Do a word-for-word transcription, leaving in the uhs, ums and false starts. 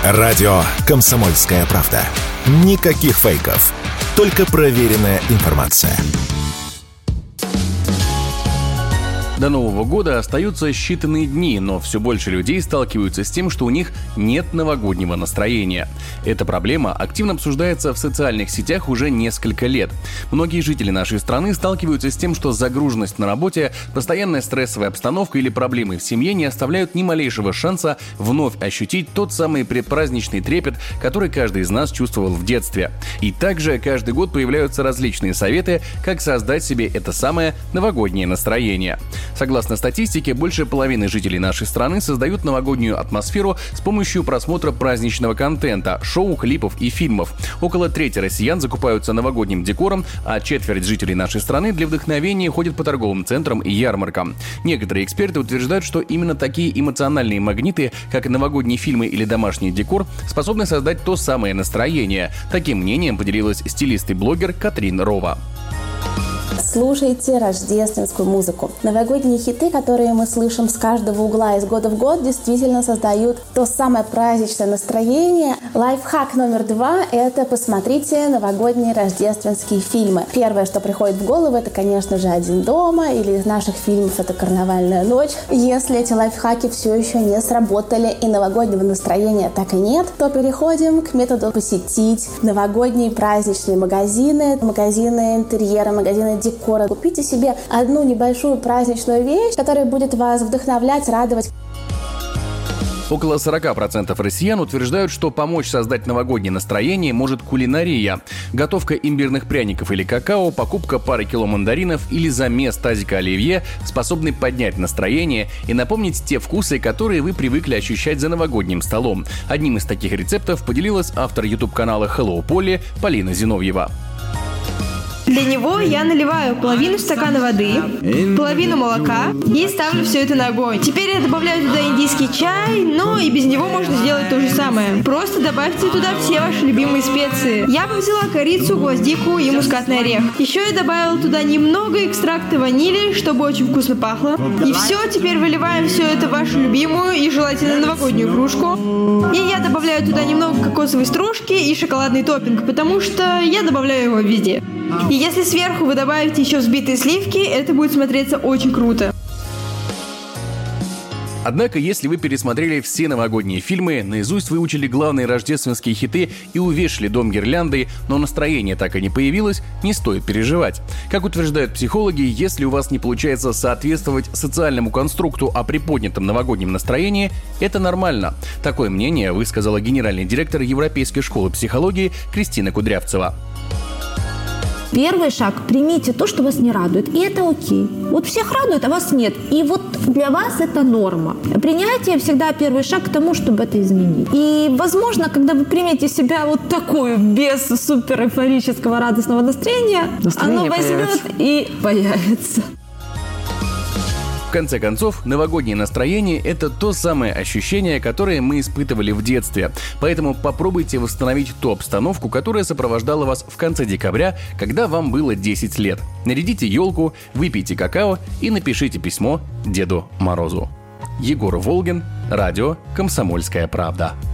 Радио «Комсомольская правда». Никаких фейков. Только проверенная информация. До Нового года остаются считанные дни, но все больше людей сталкиваются с тем, что у них нет новогоднего настроения. Эта проблема активно обсуждается в социальных сетях уже несколько лет. Многие жители нашей страны сталкиваются с тем, что загруженность на работе, постоянная стрессовая обстановка или проблемы в семье не оставляют ни малейшего шанса вновь ощутить тот самый предпраздничный трепет, который каждый из нас чувствовал в детстве. И также каждый год появляются различные советы, как создать себе это самое новогоднее настроение. Согласно статистике, больше половины жителей нашей страны создают новогоднюю атмосферу с помощью просмотра праздничного контента, шоу, клипов и фильмов. Около трети россиян закупаются новогодним декором, а четверть жителей нашей страны для вдохновения ходят по торговым центрам и ярмаркам. Некоторые эксперты утверждают, что именно такие эмоциональные магниты, как новогодние фильмы или домашний декор, способны создать то самое настроение. Таким мнением поделилась стилист и блогер Катрин Рова. Слушайте рождественскую музыку. Новогодние хиты, которые мы слышим с каждого угла из года в год, действительно создают то самое праздничное настроение. Лайфхак номер два – это посмотрите новогодние рождественские фильмы. Первое, что приходит в голову, это, конечно же, «Один дома», или из наших фильмов это «Карнавальная ночь». Если эти лайфхаки все еще не сработали и новогоднего настроения так и нет, то переходим к методу посетить новогодние праздничные магазины, магазины интерьера, магазины декора. Купите себе одну небольшую праздничную вещь, которая будет вас вдохновлять, радовать. Около сорок процентов россиян утверждают, что помочь создать новогоднее настроение может кулинария. Готовка имбирных пряников или какао, покупка пары кило мандаринов или замес тазика оливье способны поднять настроение и напомнить те вкусы, которые вы привыкли ощущать за новогодним столом. Одним из таких рецептов поделилась автор ютуб-канала Hello Polly Полина Зиновьева. Для него я наливаю половину стакана воды, половину молока и ставлю все это на огонь. Теперь я добавляю туда индийский чай, но и без него можно сделать то же самое. Просто добавьте туда все ваши любимые специи. Я бы взяла корицу, гвоздику и мускатный орех. Еще я добавила туда немного экстракта ванили, чтобы очень вкусно пахло. И все, теперь выливаем все это в вашу любимую и желательно новогоднюю кружку. И я добавляю туда немного кокосовой стружки и шоколадный топпинг, потому что я добавляю его везде. И если сверху вы добавите еще взбитые сливки, это будет смотреться очень круто. Однако, если вы пересмотрели все новогодние фильмы, наизусть выучили главные рождественские хиты и увешали дом гирляндой, но настроение так и не появилось, не стоит переживать. Как утверждают психологи, если у вас не получается соответствовать социальному конструкту о приподнятом новогоднем настроении, это нормально. Такое мнение высказала генеральный директор Европейской школы психологии Кристина Кудрявцева. Первый шаг – примите то, что вас не радует, и это окей. Вот всех радует, а вас нет. И вот для вас это норма. Принятие всегда первый шаг к тому, чтобы это изменить. И, возможно, когда вы примете себя вот такую, без супер эйфорического радостного настроения, настроение оно возьмет появится. И появится. В конце концов, новогоднее настроение – это то самое ощущение, которое мы испытывали в детстве. Поэтому попробуйте восстановить ту обстановку, которая сопровождала вас в конце декабря, когда вам было десять лет. Нарядите елку, выпейте какао и напишите письмо Деду Морозу. Егор Волгин, радио «Комсомольская правда».